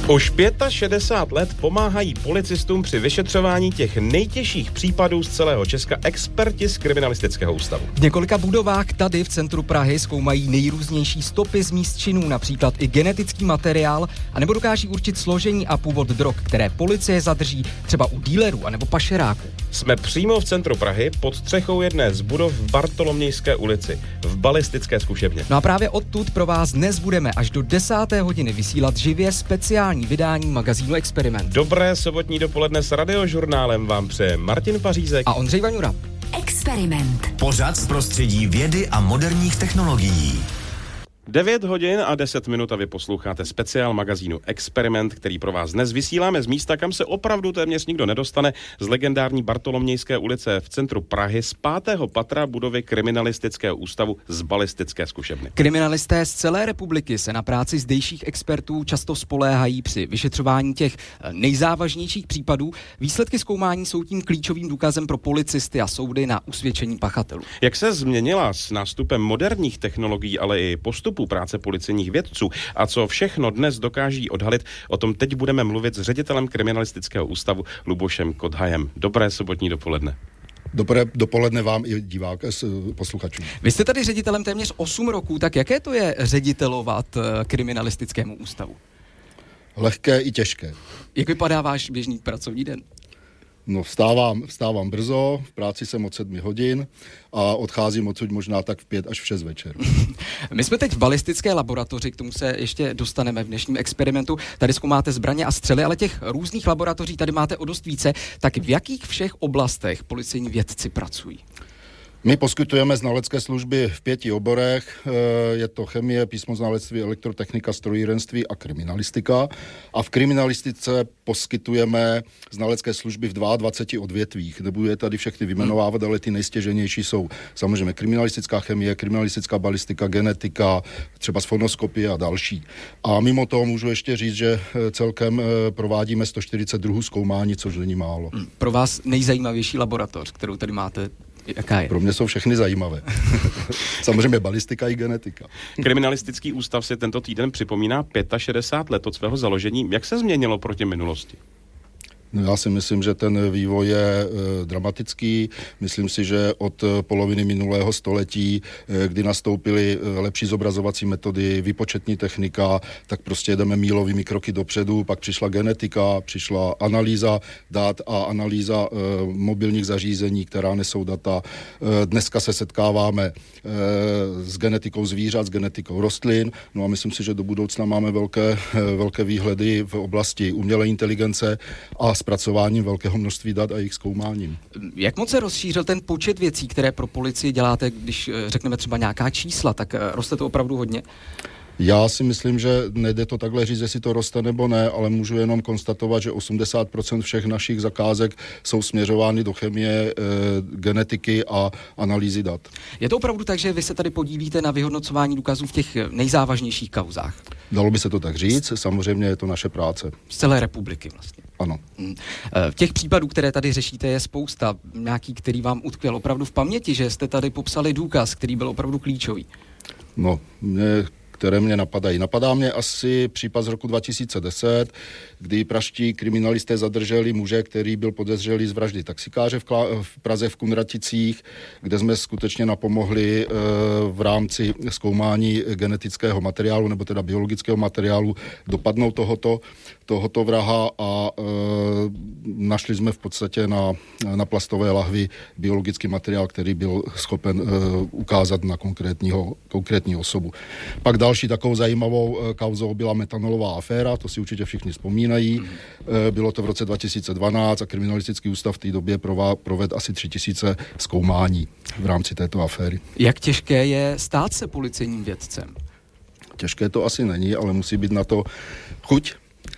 Už 65 let pomáhají policistům při vyšetřování těch nejtěžších případů z celého Česka experti z Kriminalistického ústavu. V několika budovách tady v centru Prahy zkoumají nejrůznější stopy z míst činů, například i genetický materiál, anebo dokáží určit složení a původ drog, které policie zadrží třeba u dílerů anebo pašeráků. Jsme přímo v centru Prahy pod střechou jedné z budov v Bartolomějské ulici, v balistické zkušebně. No a právě odtud pro vás dnes budeme až do 10. hodiny vysílat živě speciální vydání magazínu Experiment. Dobré sobotní dopoledne s Radiožurnálem vám přeje Martin Pařízek a Ondřej Vaňura. Experiment. Pořad z prostředí vědy a moderních technologií. 9 hodin a 10 minut a vy posloucháte speciál magazínu Experiment, který pro vás dnes vysíláme z místa, kam se opravdu téměř nikdo nedostane, z legendární Bartolomějské ulice v centru Prahy z 5. patra budovy Kriminalistického ústavu z balistické zkušebny. Kriminalisté z celé republiky se na práci zdejších expertů často spoléhají při vyšetřování těch nejzávažnějších případů. Výsledky zkoumání jsou tím klíčovým důkazem pro policisty a soudy na usvědčení pachatelů. Jak se změnila s nástupem moderních technologií, ale i postupu práce policejních vědců a co všechno dnes dokáží odhalit, o tom teď budeme mluvit s ředitelem Kriminalistického ústavu Lubošem Kodhajem. Dobré sobotní dopoledne. Dobré dopoledne vám i posluchačům. Vy jste tady ředitelem téměř 8 roků, tak jaké to je ředitelovat Kriminalistickému ústavu? Lehké i těžké. Jak vypadá váš běžný pracovní den? No, vstávám brzo, v práci jsem od 7 hodin a odcházím odsud možná tak v 5 až v 6 večer. My jsme teď v balistické laboratoři, k tomu se ještě dostaneme v dnešním experimentu. Tady zkoumáte zbraně a střely, ale těch různých laboratoří tady máte o dost více. Tak v jakých všech oblastech policejní vědci pracují? My poskytujeme znalecké služby v 5 oborech, je to chemie, písmoznalectví, elektrotechnika, strojírenství a kriminalistika. A v kriminalistice poskytujeme znalecké služby v 22 odvětvích. Nebudu je tady všechny vyjmenovávat, ale ty nejstěženější jsou samozřejmě kriminalistická chemie, kriminalistická balistika, genetika, třeba fonoskopie a další. A mimo toho můžu ještě říct, že celkem provádíme 142 zkoumání, což není málo. Pro vás nejzajímavější laboratoř, kterou tady máte, jaká je? Pro mě jsou všechny zajímavé. Samozřejmě balistika i genetika. Kriminalistický ústav si tento týden připomíná 65 let od svého založení. Jak se změnilo proti minulosti? No, já si myslím, že ten vývoj je dramatický. Myslím si, že od poloviny minulého století, kdy nastoupily lepší zobrazovací metody, výpočetní technika, tak prostě jedeme mílovými kroky dopředu. Pak přišla genetika, přišla analýza dat a analýza mobilních zařízení, která nesou data. Dneska se setkáváme s genetikou zvířat, s genetikou rostlin. No a myslím si, že do budoucna máme velké výhledy v oblasti umělé inteligence a zpracováním velkého množství dat a jejich zkoumáním. Jak moc se rozšířil ten počet věcí, které pro policii děláte, když řekneme třeba nějaká čísla, tak roste to opravdu hodně? Já si myslím, že nejde to takhle říct, jestli to roste nebo ne, ale můžu jenom konstatovat, že 80% všech našich zakázek jsou směřovány do chemie, genetiky a analýzy dat. Je to opravdu tak, že vy se tady podílíte na vyhodnocování důkazů v těch nejzávažnějších kauzách? Dalo by se to tak říct, samozřejmě je to naše práce. Z celé republiky vlastně. Ano. Těch případů, které tady řešíte, je spousta. Nějaký, který vám utkvěl opravdu v paměti, že jste tady popsali důkaz, který byl opravdu klíčový. No, které mě napadají. Napadá mě asi případ z roku 2010, kdy pražští kriminalisté zadrželi muže, který byl podezřelý z vraždy taxikáře v Praze v Kunraticích, kde jsme skutečně napomohli v rámci zkoumání genetického materiálu, nebo teda biologického materiálu, dopadnout tohoto vraha a našli jsme v podstatě na plastové lahvi biologický materiál, který byl schopen ukázat na konkrétní osobu. Pak další takovou zajímavou kauzou byla metanolová aféra, to si určitě všichni vzpomínají. Bylo to v roce 2012 a kriminalistický ústav v té době provedl asi 3000 zkoumání v rámci této aféry. Jak těžké je stát se policejním vědcem? Těžké to asi není, ale musí být na to chuť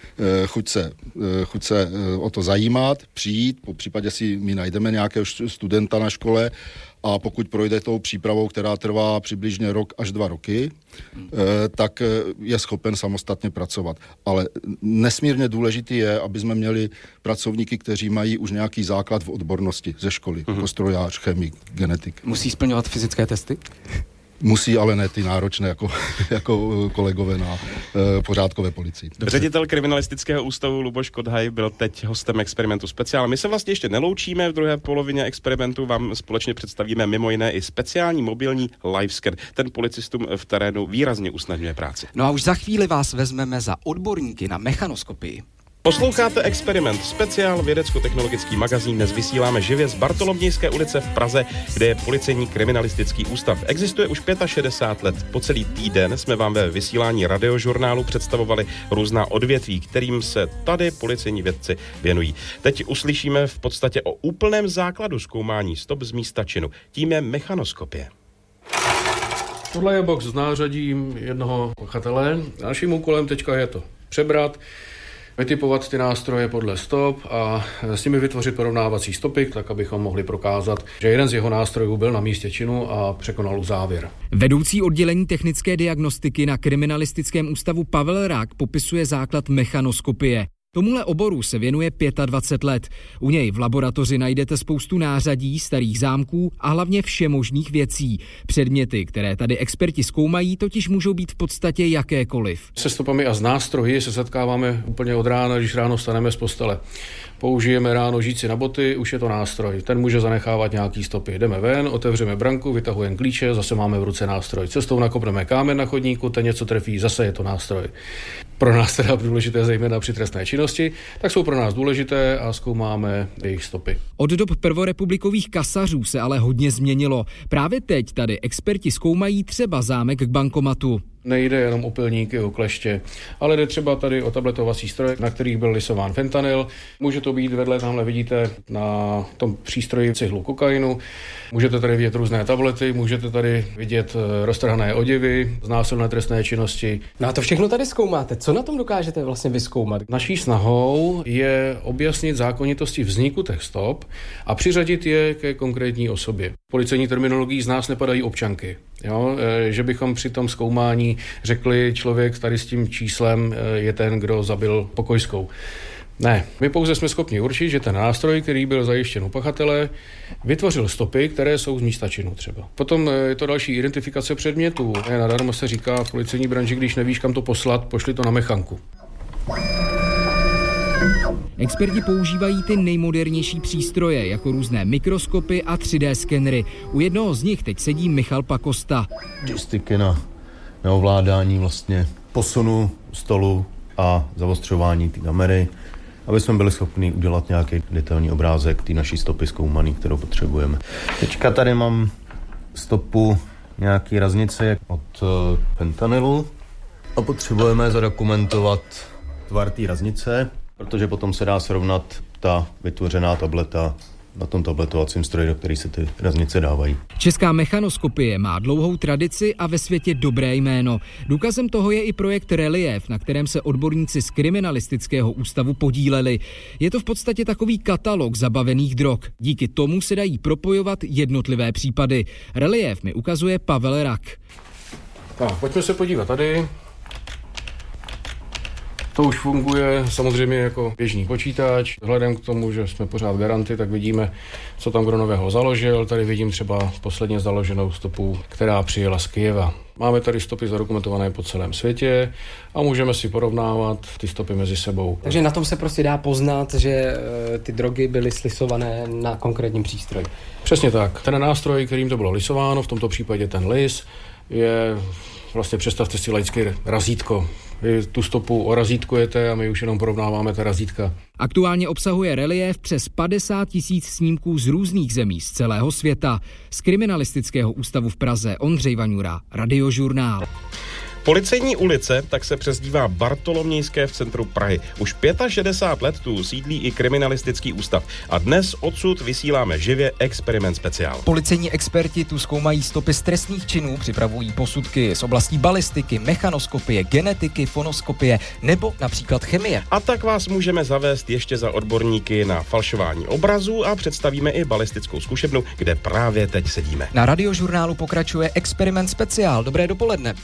se o to zajímat, přijít, po případě si my najdeme nějakého studenta na škole a pokud projde tou přípravou, která trvá přibližně 1 až 2 roky, tak je schopen samostatně pracovat. Ale nesmírně důležitý je, aby jsme měli pracovníky, kteří mají už nějaký základ v odbornosti ze školy, jako strojář, chemik, genetik. Musí splňovat fyzické testy? Musí, ale ne ty náročné jako kolegové na pořádkové policii. Ředitel kriminalistického ústavu Luboš Kodhaj byl teď hostem Experimentu Speciál. My se vlastně ještě neloučíme, v druhé polovině experimentu vám společně představíme mimo jiné i speciální mobilní livescan. Ten policistům v terénu výrazně usnadňuje práci. No a už za chvíli vás vezmeme za odborníky na mechanoskopii. Posloucháte Experiment Speciál, vědecko-technologický magazín. Dnes vysíláme živě z Bartolomějské ulice v Praze, kde je policejní kriminalistický ústav. Existuje už 65 let. Po celý týden jsme vám ve vysílání Radiožurnálu představovali různá odvětví, kterým se tady policejní vědci věnují. Teď uslyšíme v podstatě o úplném základu zkoumání stop z místa činu. Tím je mechanoskopie. Tohle je box s nářadím jednoho pachatele. Naším úkolem teďka je to přebrat, vytipovat ty nástroje podle stop a s nimi vytvořit porovnávací stopy, tak abychom mohli prokázat, že jeden z jeho nástrojů byl na místě činu a překonal závěr. Vedoucí oddělení technické diagnostiky na kriminalistickém ústavu Pavel Rak popisuje základ mechanoskopie. Tomuhle oboru se věnuje 25 let. U něj v laboratoři najdete spoustu nářadí, starých zámků a hlavně všemožných věcí. Předměty, které tady experti zkoumají, totiž můžou být v podstatě jakékoliv. Se stopami a s nástroji se setkáváme úplně od rána, když ráno staneme z postele. Použijeme ráno žíci na boty, už je to nástroj. Ten může zanechávat nějaký stopy. Jdeme ven, otevřeme branku, vytahujeme klíče, zase máme v ruce nástroj. Cestou nakopneme kámen na chodníku, ten něco trefí, zase je to nástroj. Pro nás teda důležité zejména při trestné činnosti, tak jsou pro nás důležité a zkoumáme jejich stopy. Od dob prvorepublikových kasařů se ale hodně změnilo. Právě teď tady experti zkoumají třeba zámek k bankomatu. Nejde jenom o pilníky, o kleště, ale jde třeba tady o tabletovací stroje, na kterých byl lisován fentanyl. Může to být vedle, tamhle vidíte, na tom přístroji cihlu kokainu. Můžete tady vidět různé tablety, můžete tady vidět roztrhané oděvy z násilné trestné činnosti. No a to všechno tady zkoumáte. Co na tom dokážete vlastně vyzkoumat? Naší snahou je objasnit zákonitosti vzniku těch stop a přiřadit je ke konkrétní osobě. Policejní terminologií z nás nepadají občanky. Jo, že bychom při tom zkoumání řekli, člověk tady s tím číslem je ten, kdo zabil pokojskou. Ne, my pouze jsme schopni určit, že ten nástroj, který byl zajištěn u pachatele, vytvořil stopy, které jsou z místa činu třeba. Potom je to další identifikace předmětů. Nadarmo se říká v policejní branži, když nevíš, kam to poslat, pošli to na mechanku. Experti používají ty nejmodernější přístroje, jako různé mikroskopy a 3D skenery. U jednoho z nich teď sedí Michal Pakosta. Joysticky na ovládání vlastně posunu stolu a zaostřování té kamery, aby jsme byli schopni udělat nějaký detailní obrázek té naší stopy zkoumaný, kterou potřebujeme. Teďka tady mám stopu nějaký raznice od fentanylu a potřebujeme zadokumentovat tvar té raznice, protože potom se dá srovnat ta vytvořená tableta na tom tabletovacím stroji, do který se ty raznice dávají. Česká mechanoskopie má dlouhou tradici a ve světě dobré jméno. Důkazem toho je i projekt Relief, na kterém se odborníci z kriminalistického ústavu podíleli. Je to v podstatě takový katalog zabavených drog. Díky tomu se dají propojovat jednotlivé případy. Relief mi ukazuje Pavel Rak. Tak, pojďme se podívat tady. To už funguje samozřejmě jako běžný počítač. Vzhledem k tomu, že jsme pořád garanty, tak vidíme, co tam kdo nového založil. Tady vidím třeba posledně založenou stopu, která přijela z Kyjeva. Máme tady stopy zadokumentované po celém světě a můžeme si porovnávat ty stopy mezi sebou. Takže na tom se prostě dá poznat, že ty drogy byly slisované na konkrétním přístroji. Přesně tak. Ten nástroj, kterým to bylo lisováno, v tomto případě ten lis, je vlastně, představte si laické razítko. Vy tu stopu orazítkujete a my už jenom porovnáváme ta razítka. Aktuálně obsahuje Relief přes 50 000 snímků z různých zemí z celého světa. Z kriminalistického ústavu v Praze Ondřej Vaňura, Radiožurnál. Policejní ulice tak se přezdívá Bartolomějské v centru Prahy. Už 65 let tu sídlí i kriminalistický ústav a dnes odsud vysíláme živě Experiment Speciál. Policejní experti tu zkoumají stopy z trestných činů, připravují posudky z oblastí balistiky, mechanoskopie, genetiky, fonoskopie nebo například chemie. A tak vás můžeme zavést ještě za odborníky na falšování obrazů a představíme i balistickou zkušebnu, kde právě teď sedíme. Na Radiožurnálu pokračuje Experiment Speciál. Dobré dopoledne.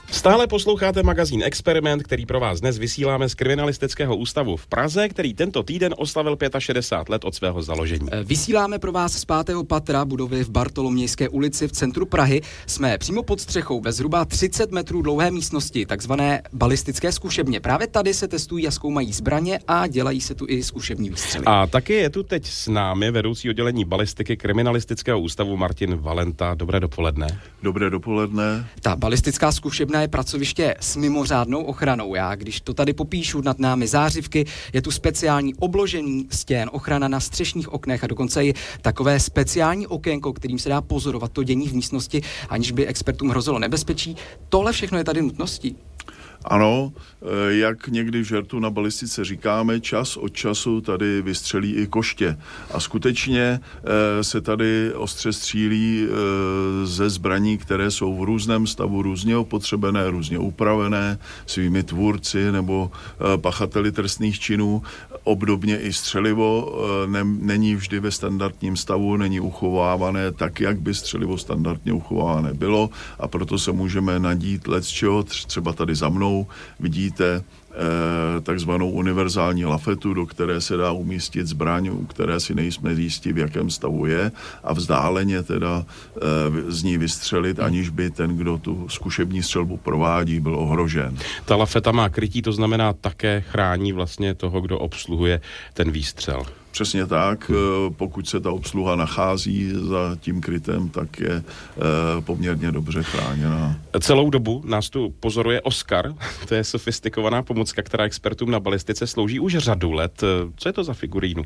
Stále posloucháte magazín Experiment, který pro vás dnes vysíláme z Kriminalistického ústavu v Praze, který tento týden oslavil 65 let od svého založení. Vysíláme pro vás z 5. patra budovy v Bartolomějské ulici v centru Prahy. Jsme přímo pod střechou ve zhruba 30 metrů dlouhé místnosti, takzvané balistické zkušebně. Právě tady se testují a zkoumají zbraně a dělají se tu i zkušební výstřely. A taky je tu teď s námi vedoucí oddělení balistiky Kriminalistického ústavu Martin Valenta. Dobré dopoledne. Dobré dopoledne. Ta balistická zkušebna je pracoviště s mimořádnou ochranou. Já, když to tady popíšu, nad námi zářivky, je tu speciální obložení stěn, ochrana na střešních oknech a dokonce i takové speciální okénko, kterým se dá pozorovat to dění v místnosti, aniž by expertům hrozilo nebezpečí. Tohle všechno je tady nutností. Ano, jak někdy v žertu na balistice říkáme, čas od času tady vystřelí i koště. A skutečně se tady ostře střílí ze zbraní, které jsou v různém stavu, různě opotřebené, různě upravené svými tvůrci nebo pachateli trestných činů. Obdobně i střelivo není vždy ve standardním stavu, není uchovávané tak, jak by střelivo standardně uchovávané bylo, a proto se můžeme nadít lecčeho, třeba tady za mnou vidíte takzvanou univerzální lafetu, do které se dá umístit zbraň, u které si nejsme jistí, v jakém stavu je, a vzdáleně teda z ní vystřelit, aniž by ten, kdo tu zkušební střelbu provádí, byl ohrožen. Ta lafeta má krytí, to znamená také chrání vlastně toho, kdo obsluhuje ten výstřel. Přesně tak, pokud se ta obsluha nachází za tím krytem, tak je poměrně dobře chráněná. Celou dobu nás tu pozoruje Oskar, to je sofistikovaná pomůcka, která expertům na balistice slouží už řadu let. Co je to za figurínu?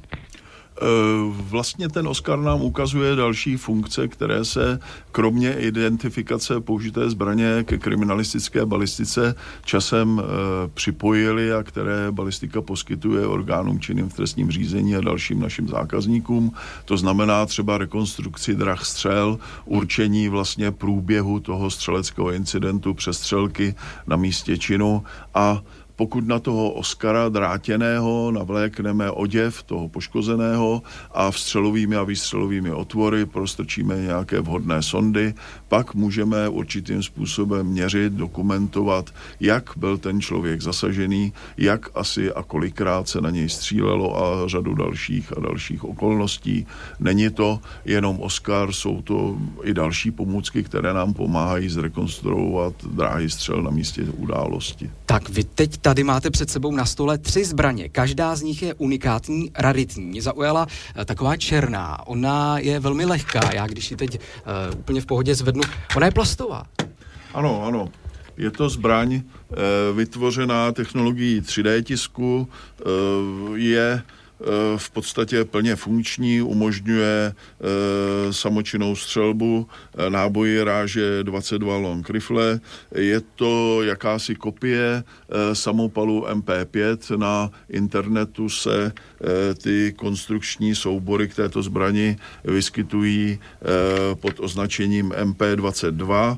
Vlastně ten Oskar nám ukazuje další funkce, které se kromě identifikace použité zbraně ke kriminalistické balistice časem připojily a které balistika poskytuje orgánům činným v trestním řízení a dalším našim zákazníkům. To znamená třeba rekonstrukci drah střel, určení vlastně průběhu toho střeleckého incidentu, přestřelky na místě činu, a pokud na toho Oskara drátěného navlékneme oděv toho poškozeného a vstřelovými a výstřelovými otvory prostrčíme nějaké vhodné sondy, pak můžeme určitým způsobem měřit, dokumentovat, jak byl ten člověk zasažený, jak asi a kolikrát se na něj střílelo a řadu dalších okolností. Není to jenom Oskar, jsou to i další pomůcky, které nám pomáhají zrekonstruovat dráhy střel na místě události. Tak vy teď tady máte před sebou na stole 3 zbraně. Každá z nich je unikátní, raritní. Mě zaujala taková černá. Ona je velmi lehká. Já když ji teď úplně v pohodě zvednu, ona je plastová. Ano. Je to zbraň vytvořená technologií 3D tisku, je v podstatě plně funkční, umožňuje samočinnou střelbu, náboji ráže 22 long rifle. Je to jakási kopie samopalu MP5. Na internetu se ty konstrukční soubory k této zbrani vyskytují pod označením MP22.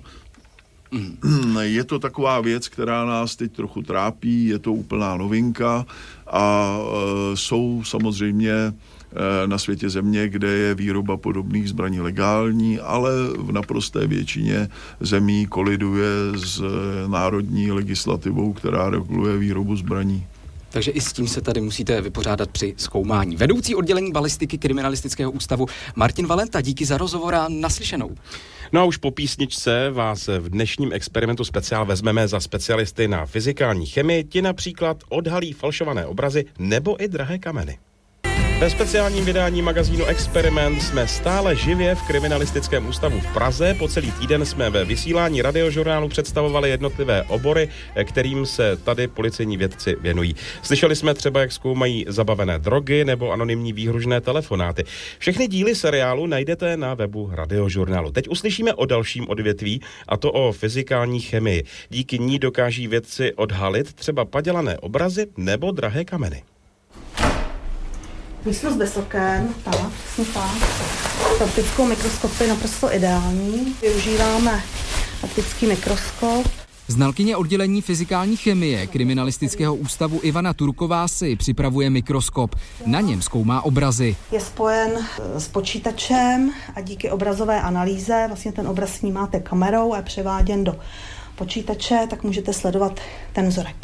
Je to taková věc, která nás teď trochu trápí, je to úplná novinka a jsou samozřejmě na světě země, kde je výroba podobných zbraní legální, ale v naprosté většině zemí koliduje s národní legislativou, která reguluje výrobu zbraní. Takže i s tím se tady musíte vypořádat při zkoumání. Vedoucí oddělení balistiky Kriminalistického ústavu Martin Valenta, díky za rozhovor a naslyšenou. No a už po písničce vás v dnešním experimentu speciál vezmeme za specialisty na fyzikální chemii. Ti například odhalí falšované obrazy nebo i drahé kameny. Ve speciálním vydání magazínu Experiment jsme stále živě v Kriminalistickém ústavu v Praze. Po celý týden jsme ve vysílání radiožurnálu představovali jednotlivé obory, kterým se tady policejní vědci věnují. Slyšeli jsme třeba, jak zkoumají zabavené drogy nebo anonymní výhružné telefonáty. Všechny díly seriálu najdete na webu radiožurnálu. Teď uslyšíme o dalším odvětví, a to o fyzikální chemii. Díky ní dokáží vědci odhalit třeba padělané obrazy nebo drahé kameny. Místnost bez oken, tak. Optickou mikroskop je naprosto ideální. Využíváme optický mikroskop. Znalkyně oddělení fyzikální chemie Kriminalistického ústavu Ivana Turková si připravuje mikroskop. Na něm zkoumá obrazy. Je spojen s počítačem a díky obrazové analýze vlastně ten obraz snímáte kamerou a je převáděn do počítače, tak můžete sledovat ten vzorek.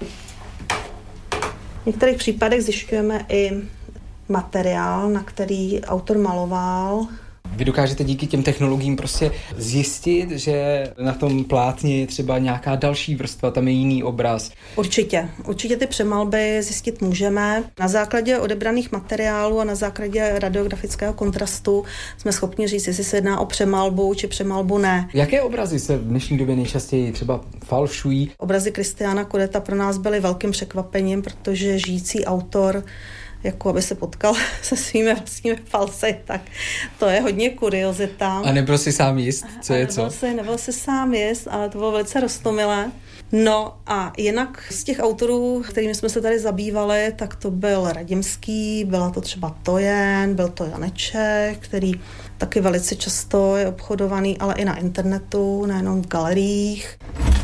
V některých případech zjišťujeme i materiál, na který autor maloval. Vy dokážete díky těm technologiím prostě zjistit, že na tom plátně je třeba nějaká další vrstva, tam je jiný obraz. Určitě ty přemalby zjistit můžeme. Na základě odebraných materiálů a na základě radiografického kontrastu jsme schopni říct, jestli se jedná o přemalbu či přemalbu ne. Jaké obrazy se v dnešní době nejčastěji třeba falšují? Obrazy Kristiána Kodeta pro nás byly velkým překvapením, protože žijící autor jako aby se potkal se svými vlastními falsy, tak to je hodně kuriozita. A nebyl si sám jist, co je co? Nebyl si sám jist, ale to bylo velice roztomilé. No a jinak z těch autorů, kterými jsme se tady zabývali, tak to byl Radimský, byla to třeba Tojen, byl to Janeček, který taky velice často je obchodovaný, ale i na internetu, nejenom v galeriích.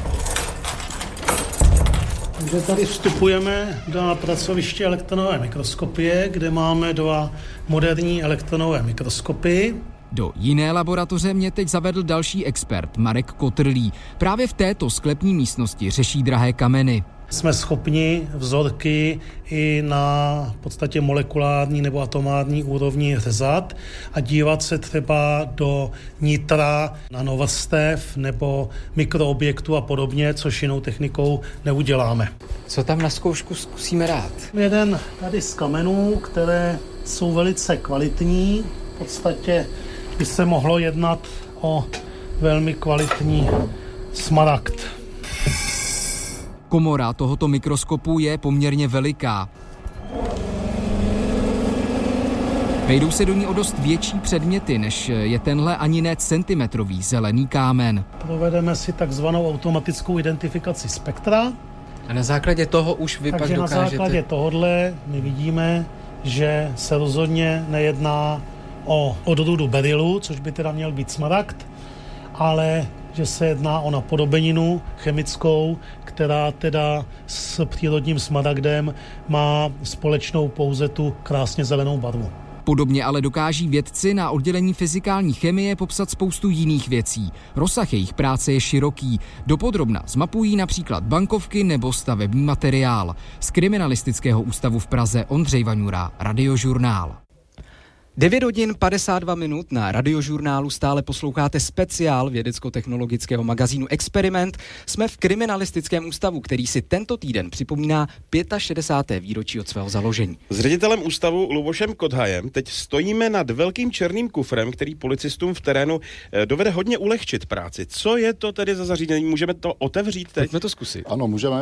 Takže tady vstupujeme do pracoviště elektronové mikroskopie, kde máme 2 moderní elektronové mikroskopy. Do jiné laboratoře mě teď zavedl další expert, Marek Kotrlý. Právě v této sklepní místnosti řeší drahé kameny. Jsme schopni vzorky i na v podstatě molekulární nebo atomární úrovni řezat a dívat se třeba do nitra nanovrstev nebo mikroobjektů a podobně, což jinou technikou neuděláme. Co tam na zkoušku zkusíme rád? Jeden tady z kamenů, které jsou velice kvalitní, v podstatě by se mohlo jednat o velmi kvalitní smaragd. Komora tohoto mikroskopu je poměrně veliká. Vejdou se do ní o dost větší předměty, než je tenhle ani ne centimetrový zelený kámen. Provedeme si takzvanou automatickou identifikaci spektra. A na základě toho už vy pak dokážete... Takže na základě tohohle my vidíme, že se rozhodně nejedná o odrůdu berylu, což by teda měl být smaragd, ale že se jedná o napodobeninu chemickou, která teda s přírodním smaragdem má společnou pouze tu krásně zelenou barvu. Podobně ale dokáží vědci na oddělení fyzikální chemie popsat spoustu jiných věcí. Rozsah jejich práce je široký. Dopodrobna zmapují například bankovky nebo stavební materiál. Z Kriminalistického ústavu v Praze Ondřej Vaňura, Radiožurnál. 9 hodin 52 minut na Radiožurnálu stále posloucháte speciál vědecko-technologického magazínu Experiment. Jsme v Kriminalistickém ústavu, který si tento týden připomíná 65. výročí od svého založení. S ředitelem ústavu Lubošem Kodhajem teď stojíme nad velkým černým kufrem, který policistům v terénu dovede hodně ulehčit práci. Co je to tedy za zařízení? Můžeme to otevřít teď? Pojďme to zkusit. Ano, můžeme.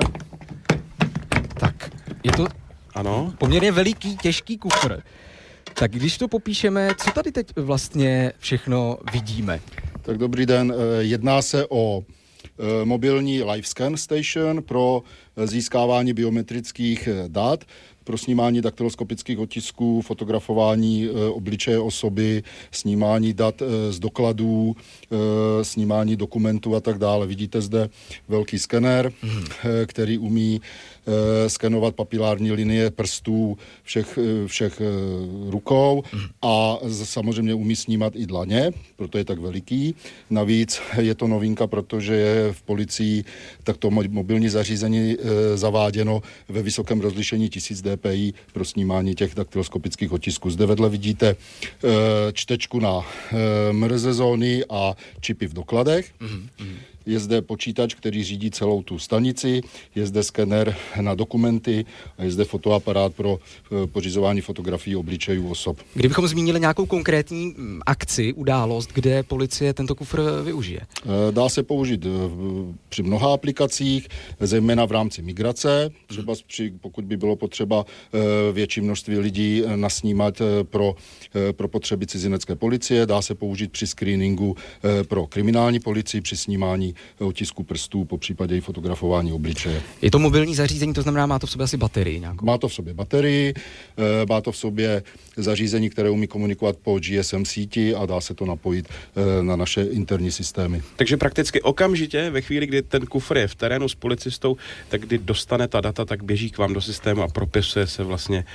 Tak, je to poměrně veliký, těžký kufr. Tak když to popíšeme, co tady teď vlastně všechno vidíme? Tak dobrý den, jedná se o mobilní live scan station pro získávání biometrických dat, pro snímání daktyloskopických otisků, fotografování obličeje osoby, snímání dat z dokladů, snímání dokumentů a tak dále. Vidíte zde velký skener, který umí skenovat papilární linie prstů všech rukou a samozřejmě umí snímat i dlaně, proto je tak veliký. Navíc je to novinka, protože je v policii takto mobilní zařízení zaváděno ve vysokém rozlišení 1000 dpi pro snímání těch daktyloskopických otisků. Zde vedle vidíte čtečku na mrze zóny a čipy v dokladech. Je zde počítač, který řídí celou tu stanici, je zde skener na dokumenty a je zde fotoaparát pro pořizování fotografií obličejů osob. Kdybychom zmínili nějakou konkrétní akci, událost, kde policie tento kufr využije? Dá se použít při mnoha aplikacích, zejména v rámci migrace, třeba pokud by bylo potřeba větší množství lidí nasnímat pro potřeby cizinecké policie, dá se použít při screeningu pro kriminální policii, při snímání otisku prstů, po případě i fotografování obličeje. Je to mobilní zařízení, to znamená, má to v sobě asi baterii nějakou? Má to v sobě baterii, má to v sobě zařízení, které umí komunikovat po GSM síti a dá se to napojit na naše interní systémy. Takže prakticky okamžitě, ve chvíli, kdy ten kufr je v terénu s policistou, tak kdy dostane ta data, tak běží k vám do systému a propisuje se vlastně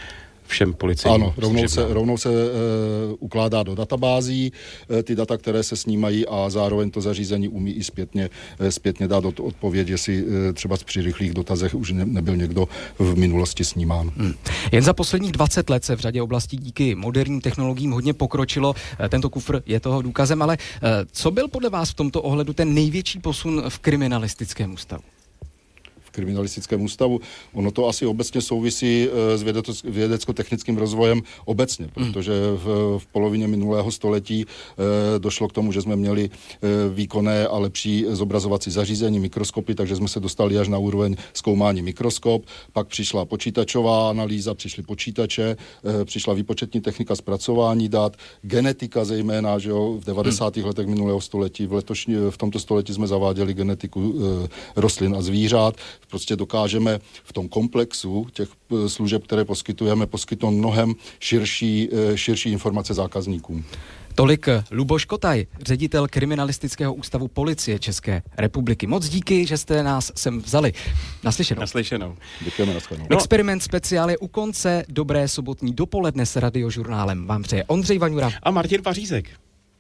všem policejním. Ano, rovnou se ukládá do databází ty data, které se snímají, a zároveň to zařízení umí i zpětně dát odpověď, jestli třeba při rychlých dotazech už nebyl někdo v minulosti snímán. Jen za posledních 20 let se v řadě oblastí díky moderním technologiím hodně pokročilo. Tento kufr je toho důkazem, ale co byl podle vás v tomto ohledu ten největší posun v kriminalistickém ústavu? Kriminalistickém ústavu. Ono to asi obecně souvisí s vědecko-technickým rozvojem obecně, protože v polovině minulého století došlo k tomu, že jsme měli výkonné a lepší zobrazovací zařízení, mikroskopy, takže jsme se dostali až na úroveň zkoumání mikroskop, pak přišla počítačová analýza, přišly počítače, přišla výpočetní technika zpracování dat, genetika zejména, že jo, v 90. letech minulého století, v tomto století jsme zaváděli genetiku rostlin a zvířat. Prostě dokážeme v tom komplexu těch služeb, které poskytujeme, poskytnout mnohem širší informace zákazníkům. Tolik Luboš Kotaj, ředitel Kriminalistického ústavu Policie České republiky. Moc díky, že jste nás sem vzali. Naslyšenou. Děkujeme, nashledanou. Experiment speciál je u konce. Dobré sobotní dopoledne s Radiožurnálem vám přeje Ondřej Vaňura a Martin Pařízek.